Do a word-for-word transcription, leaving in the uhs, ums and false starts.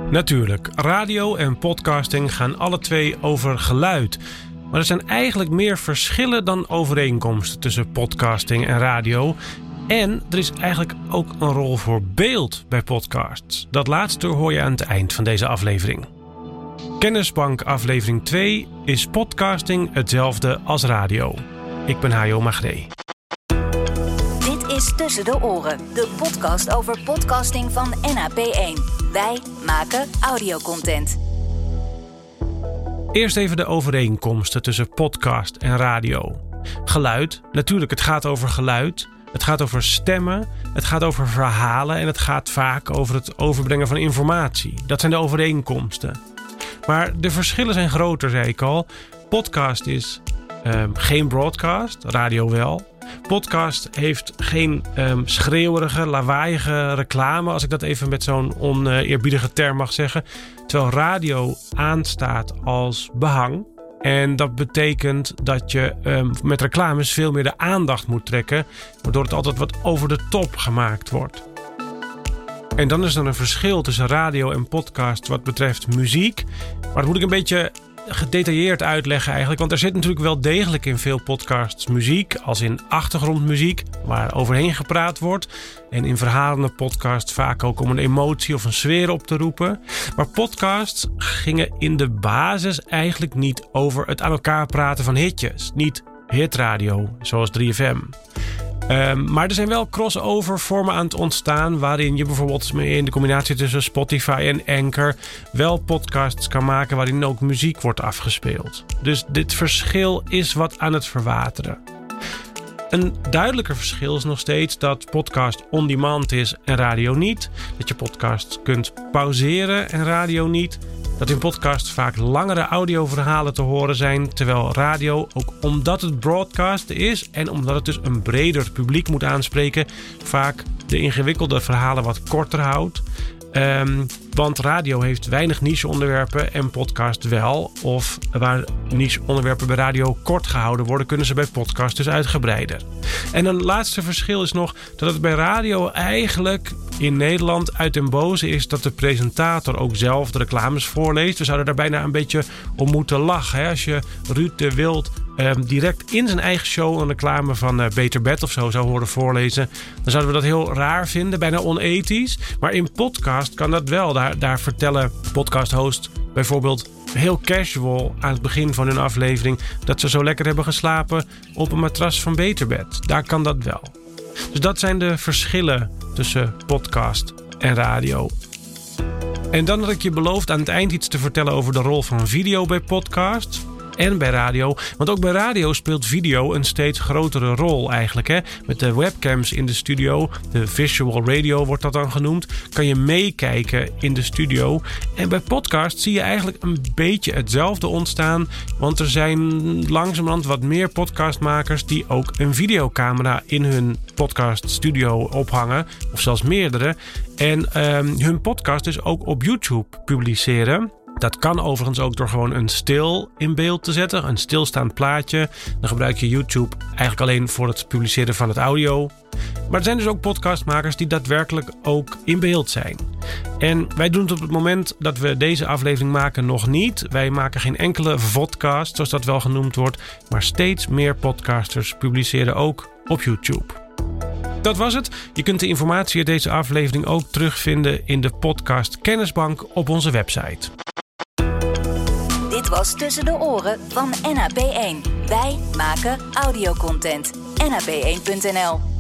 Natuurlijk, radio en podcasting gaan alle twee over geluid. Maar er zijn eigenlijk meer verschillen dan overeenkomsten tussen podcasting en radio. En er is eigenlijk ook een rol voor beeld bij podcasts. Dat laatste hoor je aan het eind van deze aflevering. Kennisbank aflevering twee is podcasting hetzelfde als radio. Ik ben Hajo Magree. Dit is Tussen de Oren, de podcast over podcasting van N A P één. Wij maken audiocontent. Eerst even de overeenkomsten tussen podcast en radio. Geluid, natuurlijk, het gaat over geluid. Het gaat over stemmen, het gaat over verhalen en het gaat vaak over het overbrengen van informatie. Dat zijn de overeenkomsten. Maar de verschillen zijn groter, zei ik al. Podcast is um, geen broadcast, radio wel. Podcast heeft geen um, schreeuwerige, lawaaiige reclame, als ik dat even met zo'n oneerbiedige term mag zeggen. Terwijl radio aanstaat als behang. En dat betekent dat je um, met reclames veel meer de aandacht moet trekken, waardoor het altijd wat over de top gemaakt wordt. En dan is er een verschil tussen radio en podcast wat betreft muziek. Maar dat moet ik een beetje gedetailleerd uitleggen eigenlijk. Want er zit natuurlijk wel degelijk in veel podcasts muziek, als in achtergrondmuziek, waar overheen gepraat wordt. En in verhalende podcasts vaak ook om een emotie of een sfeer op te roepen. Maar podcasts gingen in de basis eigenlijk niet over het aan elkaar praten van hitjes. Niet hitradio, zoals drie F M. Um, maar er zijn wel crossover vormen aan het ontstaan, waarin je bijvoorbeeld in de combinatie tussen Spotify en Anchor wel podcasts kan maken waarin ook muziek wordt afgespeeld. Dus dit verschil is wat aan het verwateren. Een duidelijker verschil is nog steeds dat podcast on demand is en radio niet. Dat je podcast kunt pauzeren en radio niet. Dat in podcasts vaak langere audioverhalen te horen zijn, terwijl radio, ook omdat het broadcast is en omdat het dus een breder publiek moet aanspreken, vaak de ingewikkelde verhalen wat korter houdt. Um, want radio heeft weinig niche-onderwerpen en podcast wel. Of waar niche-onderwerpen bij radio kort gehouden worden, kunnen ze bij podcast dus uitgebreider. En een laatste verschil is nog dat het bij radio eigenlijk in Nederland uit den boze is dat de presentator ook zelf de reclames voorleest. We zouden daar bijna een beetje om moeten lachen. Hè? Als je Ruud de Wild um, direct in zijn eigen show een reclame van uh, Beter Bed of zo zou horen voorlezen, dan zouden we dat heel raar vinden, bijna onethisch. Maar in podcast kan dat wel. Daar, daar vertellen podcasthosts bijvoorbeeld heel casual aan het begin van hun aflevering dat ze zo lekker hebben geslapen op een matras van Beter Bed. Daar kan dat wel. Dus dat zijn de verschillen tussen podcast en radio. En dan had ik je beloofd aan het eind iets te vertellen over de rol van video bij podcast en bij radio. Want ook bij radio speelt video een steeds grotere rol eigenlijk. Hè? Met de webcams in de studio, de visual radio wordt dat dan genoemd, kan je meekijken in de studio. En bij podcast zie je eigenlijk een beetje hetzelfde ontstaan. Want er zijn langzamerhand wat meer podcastmakers die ook een videocamera in hun podcaststudio ophangen. Of zelfs meerdere. En um, hun podcast dus ook op YouTube publiceren. Dat kan overigens ook door gewoon een stil in beeld te zetten. Een stilstaand plaatje. Dan gebruik je YouTube eigenlijk alleen voor het publiceren van het audio. Maar er zijn dus ook podcastmakers die daadwerkelijk ook in beeld zijn. En wij doen het op het moment dat we deze aflevering maken nog niet. Wij maken geen enkele vodcast, zoals dat wel genoemd wordt. Maar steeds meer podcasters publiceren ook op YouTube. Dat was het. Je kunt de informatie uit deze aflevering ook terugvinden in de podcast Kennisbank op onze website. Dit was Tussen de Oren van N A P één. Wij maken audiocontent. N A P één punt N L